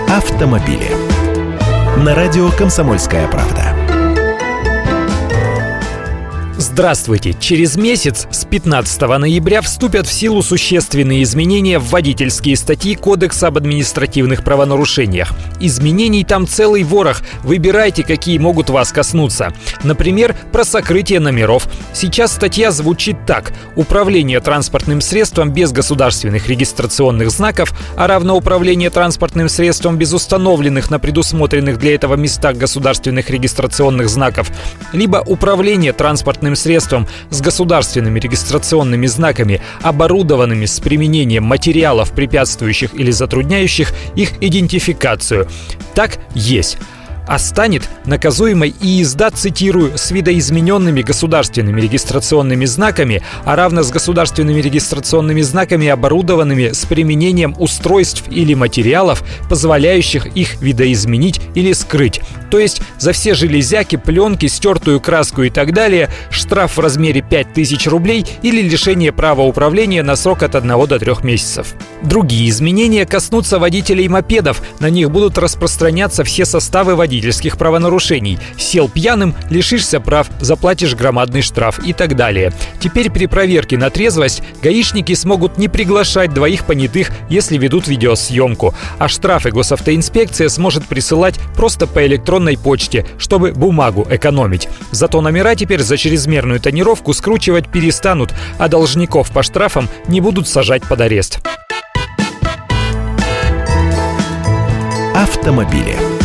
автомобили. На радио «Комсомольская правда». Здравствуйте! Через месяц, с 15 ноября, вступят в силу существенные изменения в водительские статьи Кодекса об административных правонарушениях. Изменений там целый ворох. Выбирайте, какие могут вас коснуться. Например, про сокрытие номеров. Сейчас статья звучит так: управление транспортным средством без государственных регистрационных знаков, а равно управление транспортным средством без установленных на предусмотренных для этого местах государственных регистрационных знаков, либо управление транспортным средством с государственными регистрационными знаками, оборудованными с применением материалов, препятствующих или затрудняющих их идентификацию. Так есть. А станет наказуемой и езда, цитирую, с видоизмененными государственными регистрационными знаками, а равно с государственными регистрационными знаками, оборудованными с применением устройств или материалов, позволяющих их видоизменить или скрыть. То есть за все железяки, пленки, стертую краску и так далее штраф в размере 5000 рублей или лишение права управления на срок от 1 до 3 месяцев. Другие изменения коснутся водителей мопедов. На них будут распространяться все составы водительских правонарушений. Сел пьяным — лишишься прав, заплатишь громадный штраф и так далее. Теперь при проверке на трезвость гаишники смогут не приглашать двоих понятых, если ведут видеосъемку. А штрафы госавтоинспекция сможет присылать просто по электронной почте, чтобы бумагу экономить. Зато номера теперь за чрезмерную тонировку скручивать перестанут, а должников по штрафам не будут сажать под арест. Автомобили.